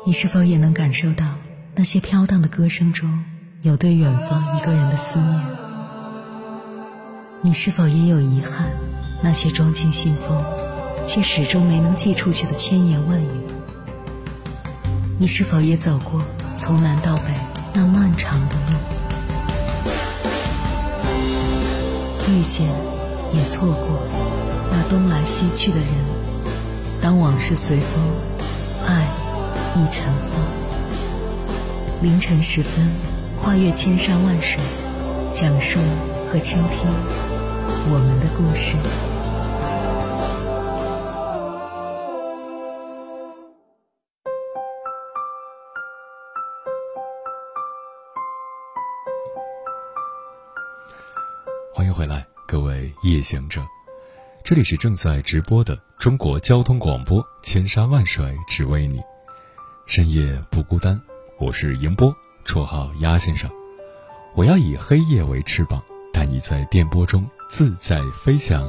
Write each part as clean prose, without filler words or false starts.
你是否也能感受到那些飘荡的歌声中有对远方一个人的思念？你是否也有遗憾，那些装进信封却始终没能寄出去的千言万语？你是否也走过从南到北那漫长的路？遇见也错过那东来西去的人，当往事随风，爱亦尘封。凌晨时分，跨越千山万水，讲述和倾听我们的故事。 欢迎回来，各位夜行者，这里是正在直播的中国交通广播，千山万水只为你，深夜不孤单。我是迎波，绰号鸭先生。我要以黑夜为翅膀，带你在电波中自在飞翔。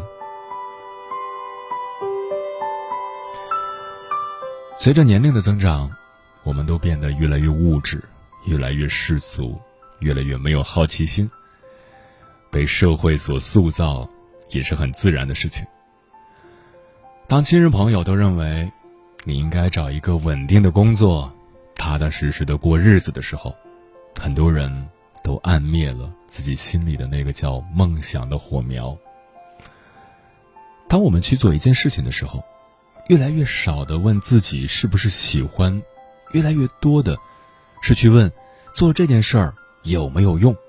随着年龄的增长，我们都变得越来越物质，越来越世俗，越来越没有好奇心。被社会所塑造也是很自然的事情。当亲人朋友都认为你应该找一个稳定的工作，踏踏实实的过日子的时候，很多人都暗灭了自己心里的那个叫梦想的火苗。当我们去做一件事情的时候，越来越少的问自己是不是喜欢，越来越多的是去问做这件事儿有没有用。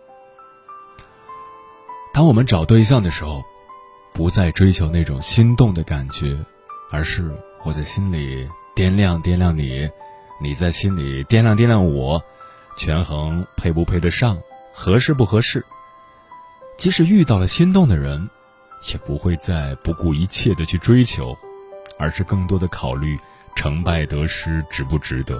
当我们找对象的时候，不再追求那种心动的感觉，而是我在心里掂量掂量你，你在心里掂量掂量我，权衡配不配得上，合适不合适。即使遇到了心动的人，也不会再不顾一切的去追求，而是更多的考虑成败得失值不值得。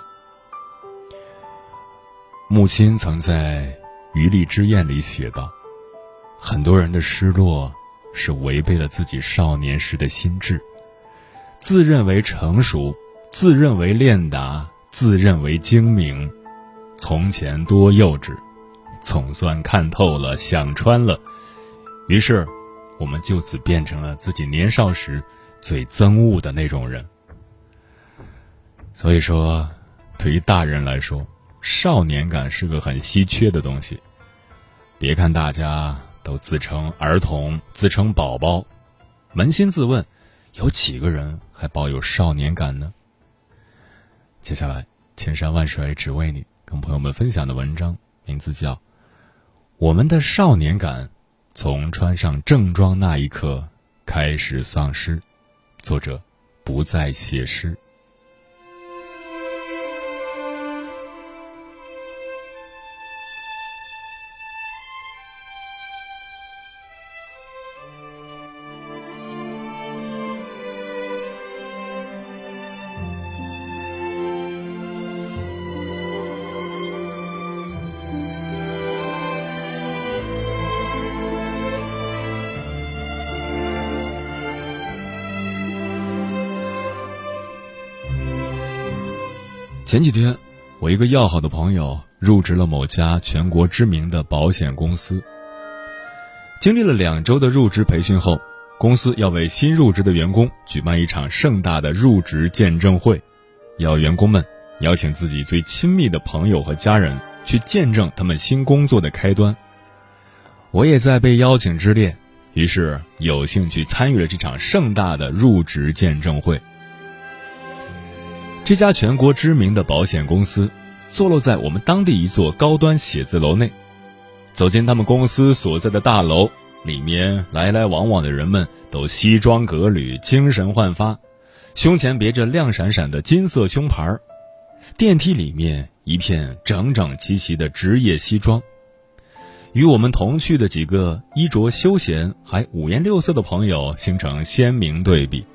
木心曾在《余力之宴》里写道，很多人的失落是违背了自己少年时的心智，自认为成熟，自认为练达，自认为精明，从前多幼稚，总算看透了，想穿了，于是我们就此变成了自己年少时最憎恶的那种人。所以说，对于大人来说，少年感是个很稀缺的东西。别看大家都自称儿童，自称宝宝，扪心自问，有几个人还抱有少年感呢？接下来，千山万水只为你，跟朋友们分享的文章名字叫《我们的少年感从穿上正装那一刻开始丧失》，作者不再写诗。前几天，我一个要好的朋友入职了某家全国知名的保险公司。经历了2周的入职培训后，公司要为新入职的员工举办一场盛大的入职见证会，要员工们邀请自己最亲密的朋友和家人去见证他们新工作的开端。我也在被邀请之列，于是有幸去参与了这场盛大的入职见证会。这家全国知名的保险公司坐落在我们当地一座高端写字楼内。走进他们公司所在的大楼，里面来来往往的人们都西装革履，精神焕发，胸前别着亮闪闪的金色胸牌。电梯里面一片整整齐齐的职业西装，与我们同去的几个衣着休闲还五颜六色的朋友形成鲜明对比。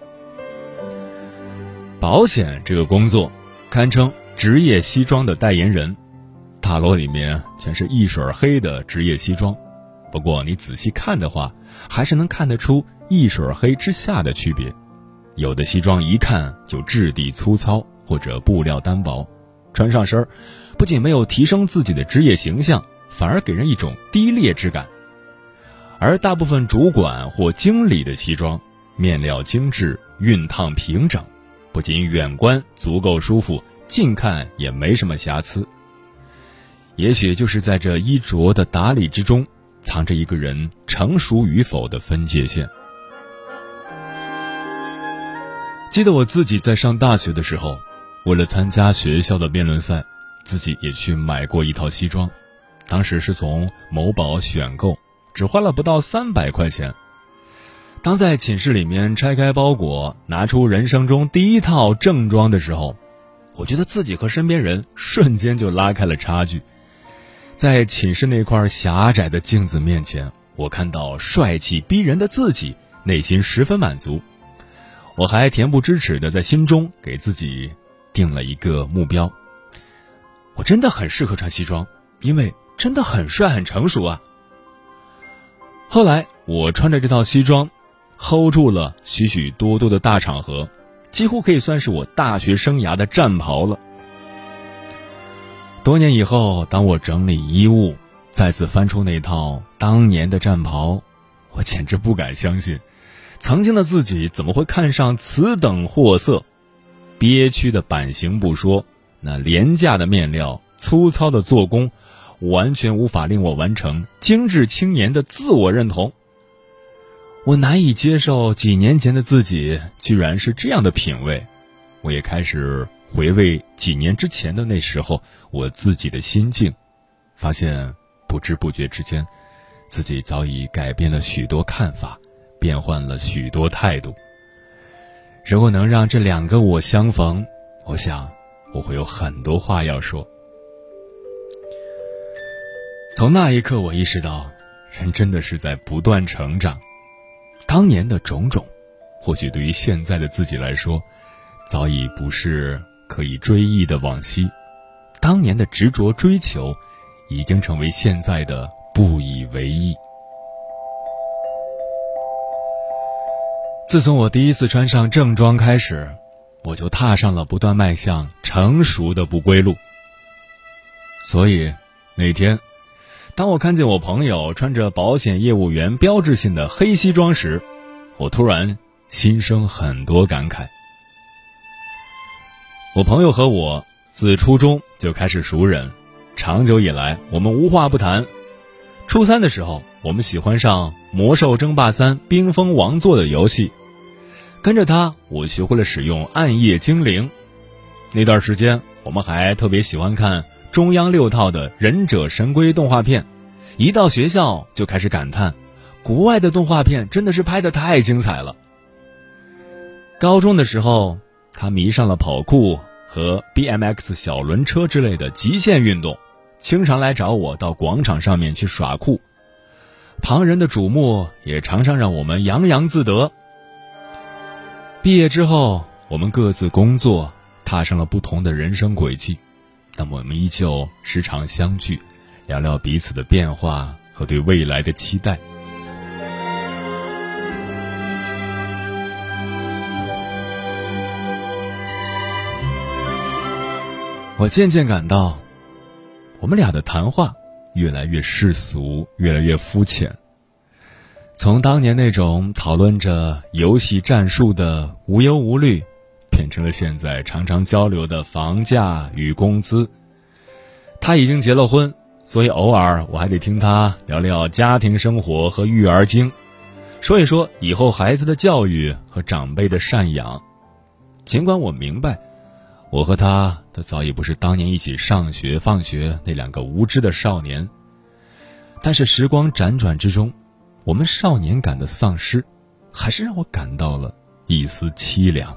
保险这个工作堪称职业西装的代言人，大楼里面全是一水黑的职业西装，不过你仔细看的话，还是能看得出一水黑之下的区别。有的西装一看就质地粗糙或者布料单薄， 穿上身不仅没有提升自己的职业形象，反而给人一种低劣之感。而大部分主管或经理的西装，面料精致，熨烫平整，不仅远观足够舒服，近看也没什么瑕疵。也许就是在这衣着的打理之中，藏着一个人成熟与否的分界线。记得我自己在上大学的时候，为了参加学校的辩论赛，自己也去买过一套西装，当时是从某宝选购，只花了不到300块钱。当在寝室里面拆开包裹，拿出人生中第一套正装的时候，我觉得自己和身边人瞬间就拉开了差距。在寝室那块狭窄的镜子面前，我看到帅气逼人的自己，内心十分满足。我还恬不知耻地在心中给自己定了一个目标，我真的很适合穿西装，因为真的很帅很成熟啊。后来我穿着这套西装 hold 住了许许多多的大场合，几乎可以算是我大学生涯的战袍了。多年以后，当我整理衣物，再次翻出那套当年的战袍，我简直不敢相信，曾经的自己怎么会看上此等货色？憋屈的版型不说，那廉价的面料、粗糙的做工，完全无法令我完成精致青年的自我认同。我难以接受几年前的自己居然是这样的品味，我也开始回味几年之前的那时候我自己的心境，发现不知不觉之间，自己早已改变了许多看法，变换了许多态度。如果能让这两个我相逢，我想我会有很多话要说。从那一刻我意识到，人真的是在不断成长。当年的种种，或许对于现在的自己来说，早已不是可以追忆的往昔。当年的执着追求，已经成为现在的不以为意。自从我第一次穿上正装开始，我就踏上了不断迈向成熟的不归路。所以那天当我看见我朋友穿着保险业务员标志性的黑西装时，我突然心生很多感慨。我朋友和我自初中就开始熟人，长久以来我们无话不谈。初三的时候，我们喜欢上魔兽争霸3冰封王座的游戏，跟着他我学会了使用暗夜精灵。那段时间我们还特别喜欢看中央6套的忍者神龟动画片，一到学校就开始感叹，国外的动画片真的是拍得太精彩了。高中的时候，他迷上了跑酷和 BMX 小轮车之类的极限运动，经常来找我到广场上面去耍酷。旁人的瞩目也常常让我们洋洋自得。毕业之后，我们各自工作，踏上了不同的人生轨迹，但我们依旧时常相聚，聊聊彼此的变化和对未来的期待。我渐渐感到，我们俩的谈话越来越世俗，越来越肤浅。从当年那种讨论着游戏战术的无忧无虑，变成了现在常常交流的房价与工资。他已经结了婚，所以偶尔我还得听他聊聊家庭生活和育儿经，说一说以后孩子的教育和长辈的赡养。尽管我明白，我和他都早已不是当年一起上学放学那两个无知的少年，但是时光辗转之中，我们少年感的丧失，还是让我感到了一丝凄凉。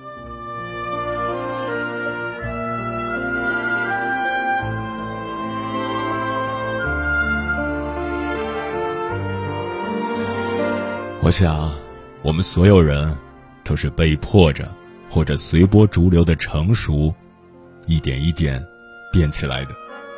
我想，我们所有人都是被迫着或者随波逐流的成熟，一点一点变起来的。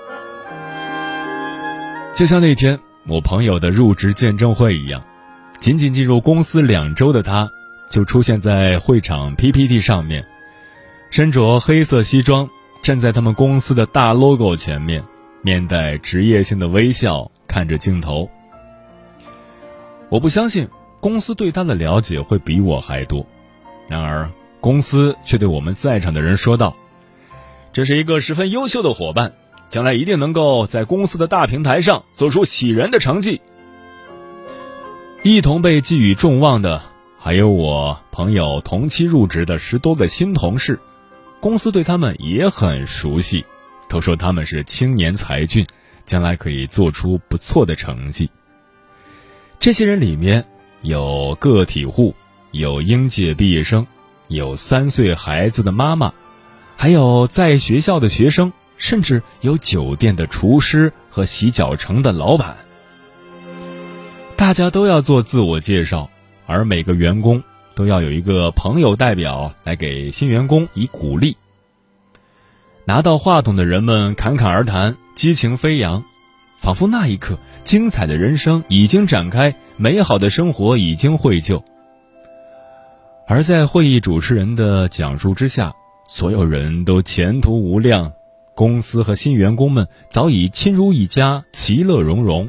就像那天我朋友的入职见证会一样，仅仅进入公司2周的他，就出现在会场 PPT 上面，身着黑色西装， 站在他们公司的大 logo 前面，面带职业性的微笑，看着镜头。我不相信公司对他的了解会比我还多，然而公司却对我们在场的人说道：这是一个十分优秀的伙伴，将来一定能够在公司的大平台上做出喜人的成绩。一同被寄予众望的还有我朋友同期入职的10多个新同事，公司对他们也很熟悉，都说他们是青年才俊，将来可以做出不错的成绩。这些人里面有个体户，有应届毕业生，有3岁孩子的妈妈，还有在学校的学生，甚至有酒店的厨师和洗脚城的老板。大家都要做自我介绍，而每个员工都要有一个朋友代表来给新员工以鼓励。拿到话筒的人们侃侃而谈，激情飞扬，仿佛那一刻精彩的人生已经展开，美好的生活已经绘就。而在会议主持人的讲述之下，所有人都前途无量，公司和新员工们早已亲如一家，其乐融融。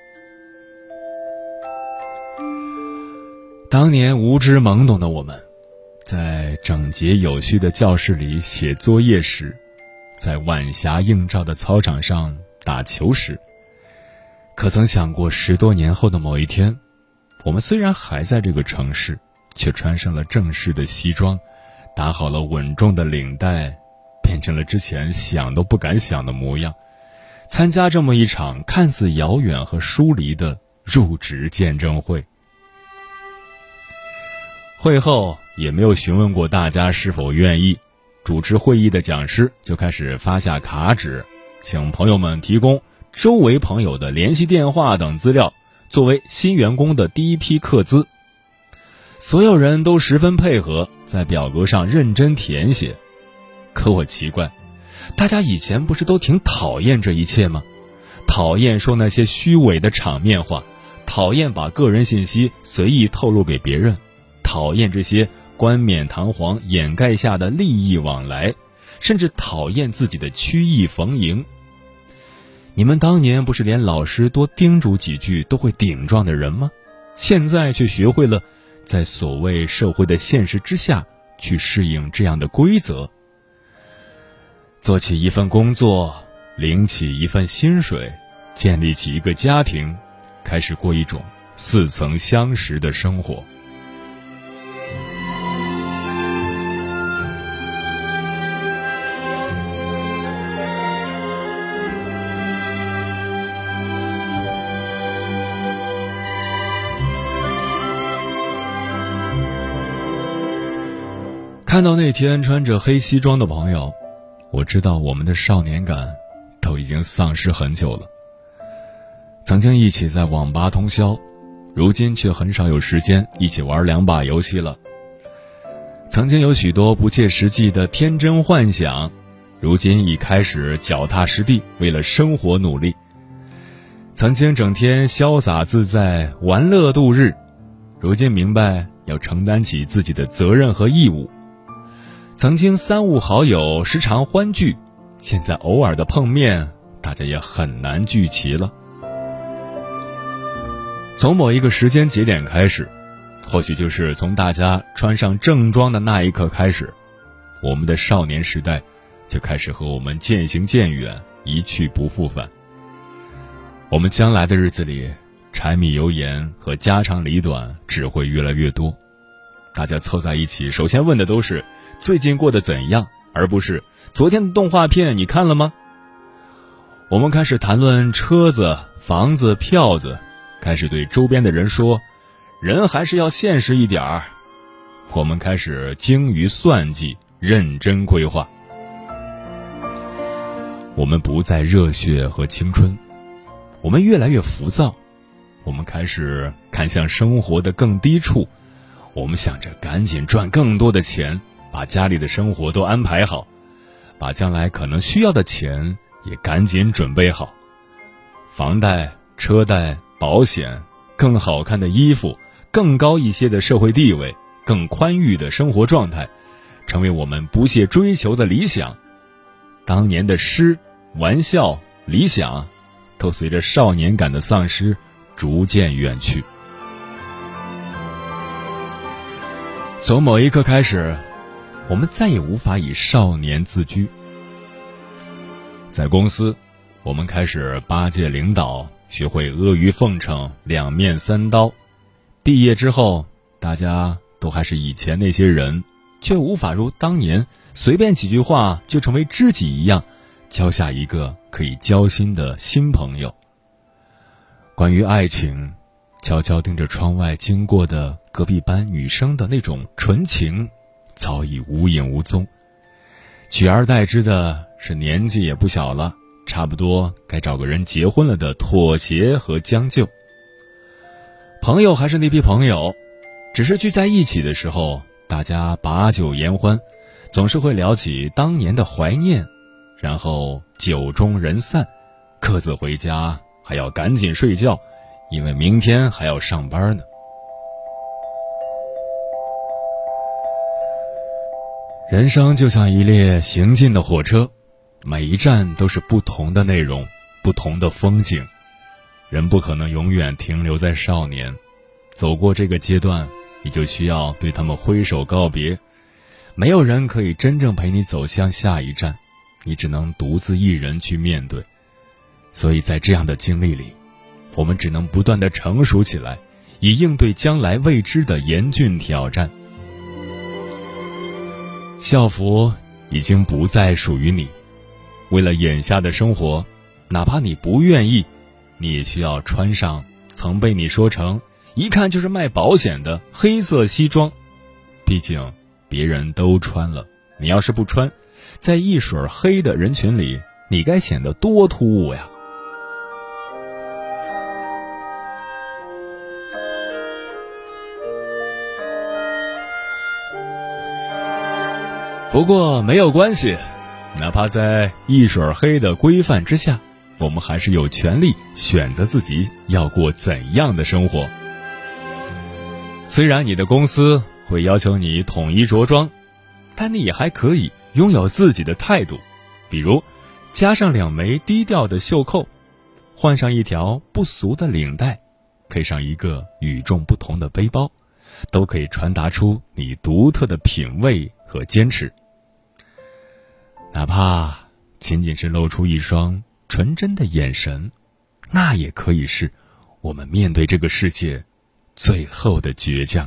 当年无知懵懂的我们，在整洁有序的教室里写作业时，在晚霞映照的操场上打球时，可曾想过10多年后的某一天，我们虽然还在这个城市，却穿上了正式的西装，打好了稳重的领带，变成了之前想都不敢想的模样，参加这么一场看似遥远和疏离的入职见证会。会后也没有询问过大家是否愿意，主持会议的讲师就开始发下卡纸，请朋友们提供周围朋友的联系电话等资料，作为新员工的第一批课资。所有人都十分配合，在表格上认真填写。可我奇怪，大家以前不是都挺讨厌这一切吗？讨厌说那些虚伪的场面话，讨厌把个人信息随意透露给别人，讨厌这些冠冕堂皇掩盖下的利益往来，甚至讨厌自己的曲意逢迎。你们当年不是连老师多叮嘱几句都会顶撞的人吗？现在却学会了在所谓社会的现实之下去适应这样的规则。做起一份工作，领起一份薪水，建立起一个家庭，开始过一种似曾相识的生活。看到那天穿着黑西装的朋友，我知道我们的少年感都已经丧失很久了。曾经一起在网吧通宵，如今却很少有时间一起玩2把游戏了。曾经有许多不切实际的天真幻想，如今已开始脚踏实地，为了生活努力。曾经整天潇洒自在玩乐度日，如今明白要承担起自己的责任和义务。曾经3、5好友时常欢聚，现在偶尔的碰面，大家也很难聚齐了。从某一个时间节点开始，或许就是从大家穿上正装的那一刻开始，我们的少年时代就开始和我们渐行渐远，一去不复返。我们将来的日子里，柴米油盐和家长里短只会越来越多。大家凑在一起，首先问的都是最近过得怎样，而不是昨天的动画片你看了吗？我们开始谈论车子、房子、票子，开始对周边的人说，人还是要现实一点儿。我们开始精于算计，认真规划。我们不再热血和青春，我们越来越浮躁。我们开始看向生活的更低处，我们想着赶紧赚更多的钱，把家里的生活都安排好，把将来可能需要的钱也赶紧准备好。房贷、车贷、保险，更好看的衣服，更高一些的社会地位，更宽裕的生活状态，成为我们不懈追求的理想。 当年的诗、玩笑、理想，都随着少年感的丧失逐渐远去。从某一刻开始，我们再也无法以少年自居。在公司，我们开始巴结领导，学会阿谀奉承、两面三刀。毕业之后，大家都还是以前那些人，却无法如当年随便几句话就成为知己一样，交下一个可以交心的新朋友。关于爱情，悄悄盯着窗外经过的隔壁班女生的那种纯情，早已无影无踪。取而代之的是年纪也不小了，差不多该找个人结婚了的妥协和将就。朋友还是那批朋友，只是聚在一起的时候，大家把酒言欢，总是会聊起当年的怀念，然后酒中人散，各自回家，还要赶紧睡觉，因为明天还要上班呢。人生就像一列行进的火车，每一站都是不同的内容，不同的风景。人不可能永远停留在少年，走过这个阶段，你就需要对他们挥手告别。没有人可以真正陪你走向下一站，你只能独自一人去面对。所以在这样的经历里，我们只能不断地成熟起来，以应对将来未知的严峻挑战。校服已经不再属于你，为了眼下的生活，哪怕你不愿意，你也需要穿上曾被你说成一看就是卖保险的黑色西装。毕竟别人都穿了，你要是不穿，在一水黑的人群里，你该显得多突兀呀。不过没有关系，哪怕在一水黑的规范之下，我们还是有权利选择自己要过怎样的生活。虽然你的公司会要求你统一着装，但你也还可以拥有自己的态度，比如加上2枚低调的袖扣，换上一条不俗的领带，配上一个与众不同的背包，都可以传达出你独特的品味和坚持。哪怕仅仅是露出一双纯真的眼神，那也可以是我们面对这个世界最后的倔强。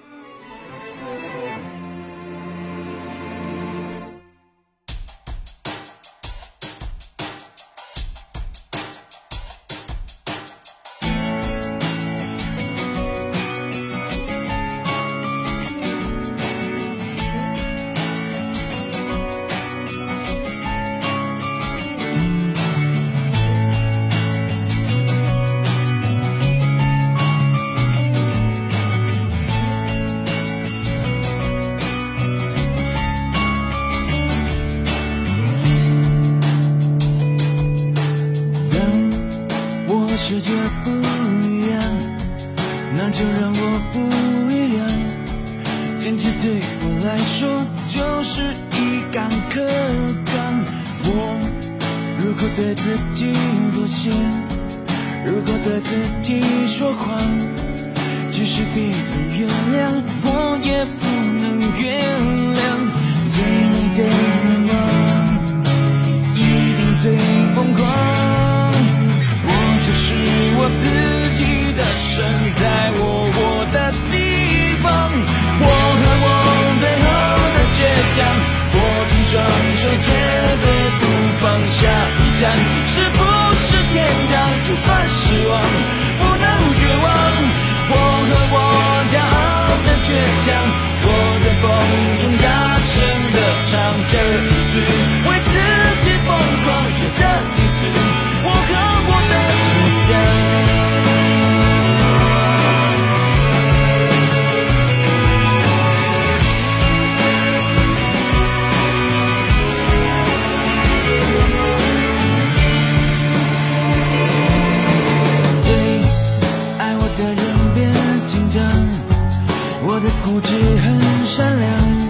世界不一样，那就让我不一样。坚持对我来说就是一杆克刚。我如果对自己妥协，如果对自己说谎，即使别人原谅，我也不能原谅。最美的愿望一定最疯狂，是我自己的神，在我的地方。我和我最后的倔强，握紧双手绝对不放下一站，是不是天堂？就算失望不能绝望。我和我骄傲的倔强，我在风中大声地唱，这一次为自己疯狂，就这一次我和我的固执很善良，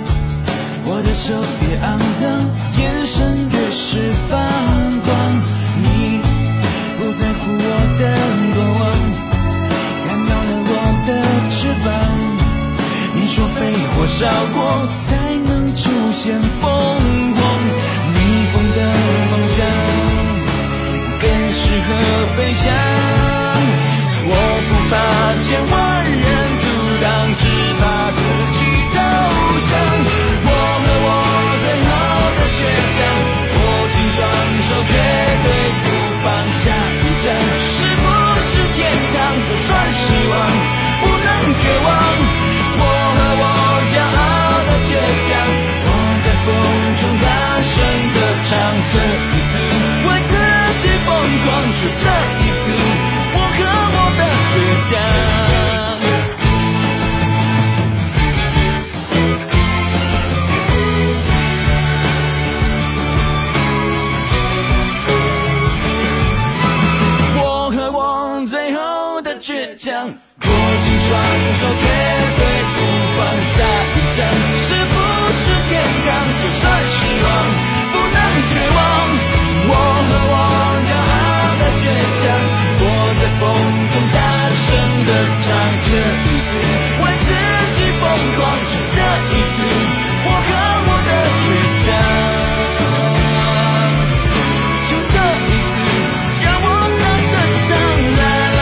就这一次，我和我的倔强。倔强，握紧双手，绝对不放下一站。是不是天堂？就算失望，不能绝望。我和我骄傲的倔强，我在风中大声地唱。这一次为自己疯狂，就这一次，我和我的倔强。就这一次，让我大声唱。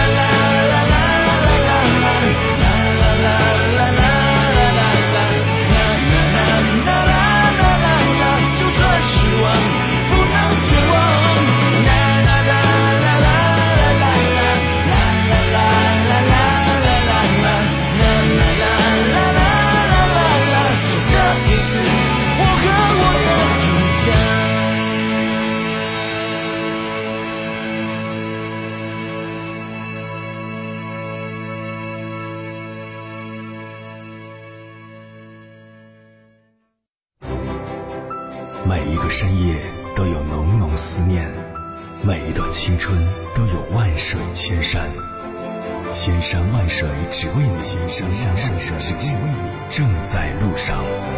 每一个深夜都有浓浓思念，每一段青春都有万水千山，千山万水只为你，千山万水只为你，正在路上。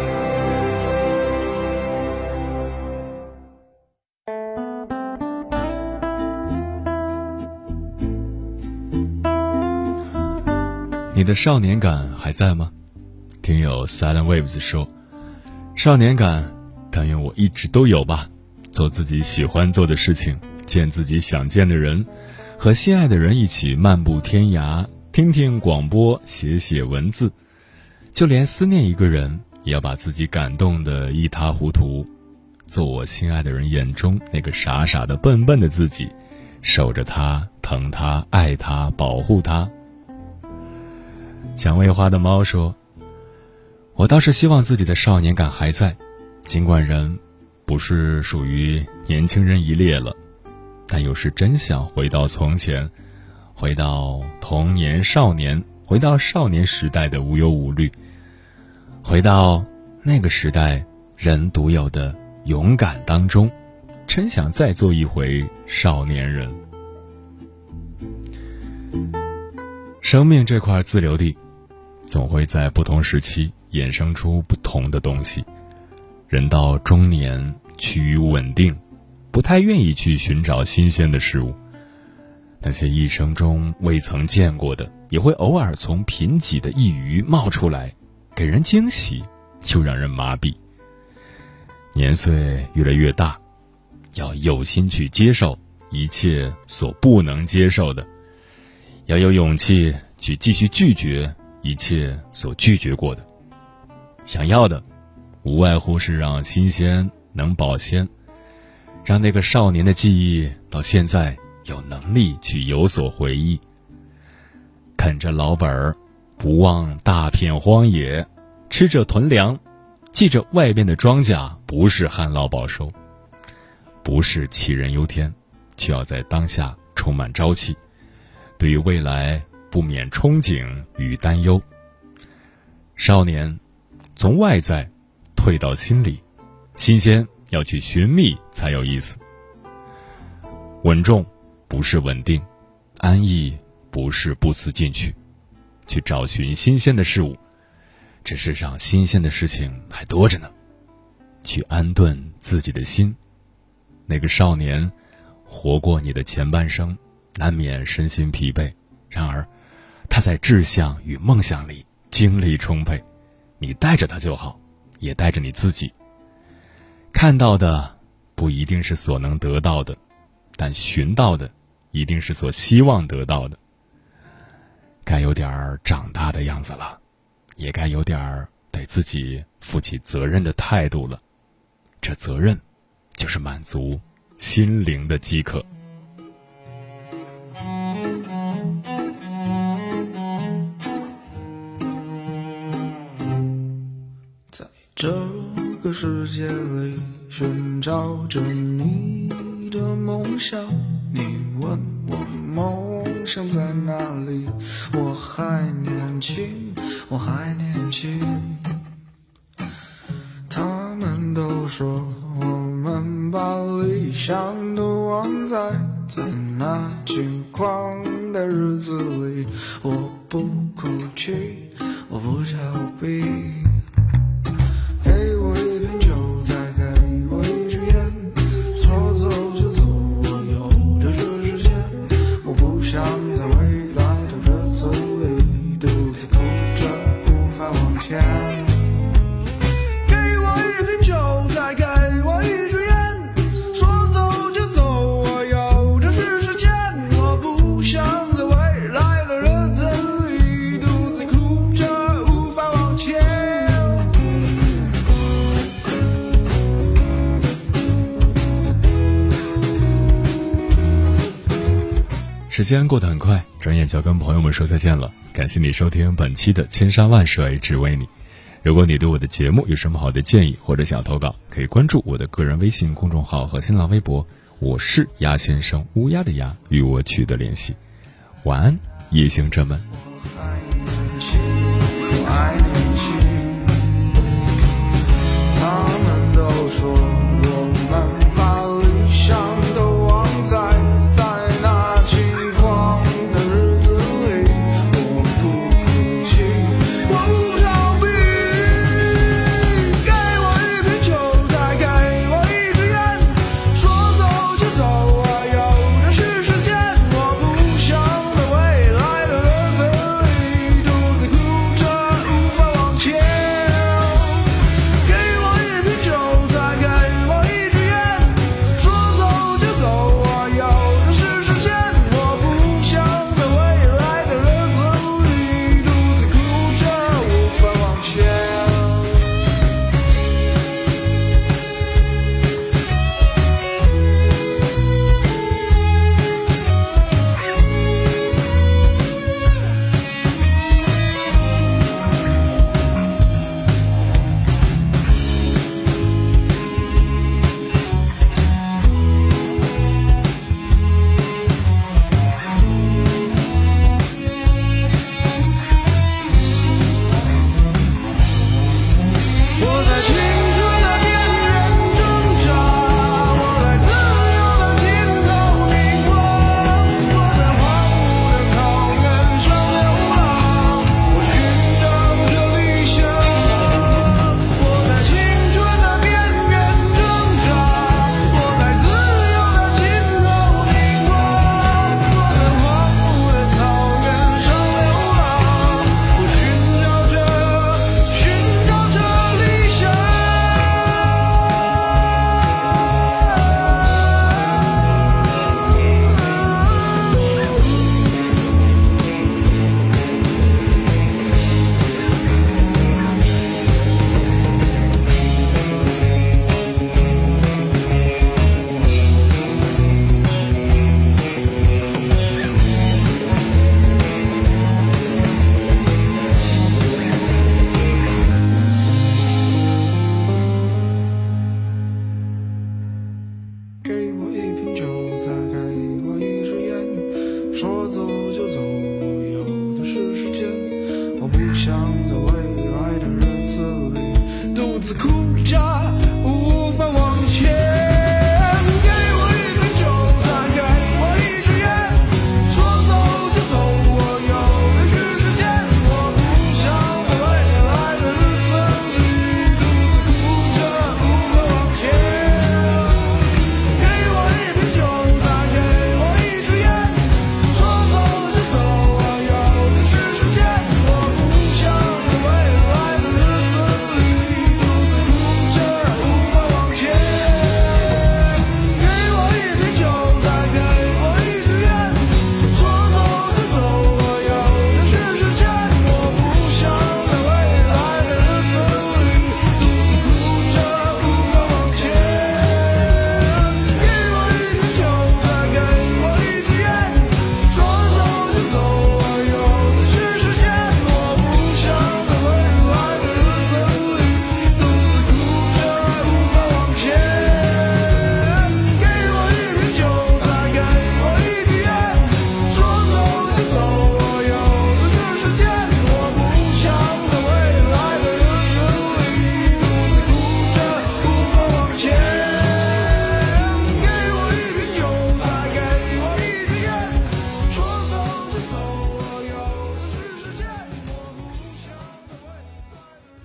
你的少年感还在吗？听友 Silent Waves 说，少年感但愿我一直都有吧，做自己喜欢做的事情，见自己想见的人，和心爱的人一起漫步天涯，听听广播，写写文字，就连思念一个人也要把自己感动得一塌糊涂，做我心爱的人眼中那个傻傻的笨笨的自己，守着他，疼他，爱他，保护他。蔷薇花的猫说，我倒是希望自己的少年感还在，尽管人不是属于年轻人一列了，但有时真想回到从前，回到童年少年，回到少年时代的无忧无虑，回到那个时代人独有的勇敢当中，真想再做一回少年人。生命这块自留地，总会在不同时期衍生出不同的东西。人到中年趋于稳定，不太愿意去寻找新鲜的事物，那些一生中未曾见过的，也会偶尔从贫瘠的一隅冒出来，给人惊喜，就让人麻痹。年岁越来越大，要有心去接受一切所不能接受的，要有勇气去继续拒绝一切所拒绝过的。想要的无外乎是让新鲜能保鲜，让那个少年的记忆到现在有能力去有所回忆。啃着老本儿，不忘大片荒野，吃着囤粮，记着外边的庄稼不是旱涝保收，不是杞人忧天，却要在当下充满朝气，对于未来不免憧憬与担忧。少年从外在退到心里，新鲜要去寻觅才有意思。稳重不是稳定，安逸不是不思进取，去找寻新鲜的事物，这世上新鲜的事情还多着呢。去安顿自己的心。那个少年活过你的前半生，难免身心疲惫，然而他在志向与梦想里精力充沛，你带着他就好，也带着你自己。看到的不一定是所能得到的，但寻到的一定是所希望得到的。该有点长大的样子了，也该有点对自己负起责任的态度了。这责任就是满足心灵的饥渴。 在这个世界里寻找着你的梦想， 你问我梦想在哪里，我还年轻，我还年轻。他们都说我们把理想都忘在那轻狂的日子里，我不哭泣，我不逃避。给我一瓶酒，再给我一支烟，说走就走，我有的是时间。我不想在未来的日子里独自哭着无法往前。给我一瓶酒，再给我一支烟，说走就走，我有的是时间。我不想在未来的日子里独自哭着无法往前。 时间过得很快，转眼就要跟朋友们说再见了。感谢你收听本期的千山万水只为你。如果你对我的节目有什么好的建议或者想投稿，可以关注我的个人微信公众号和新浪微博，我是鸭先生，乌鸦的鸭，与我取得联系。晚安，夜行者们。 我还年轻，我还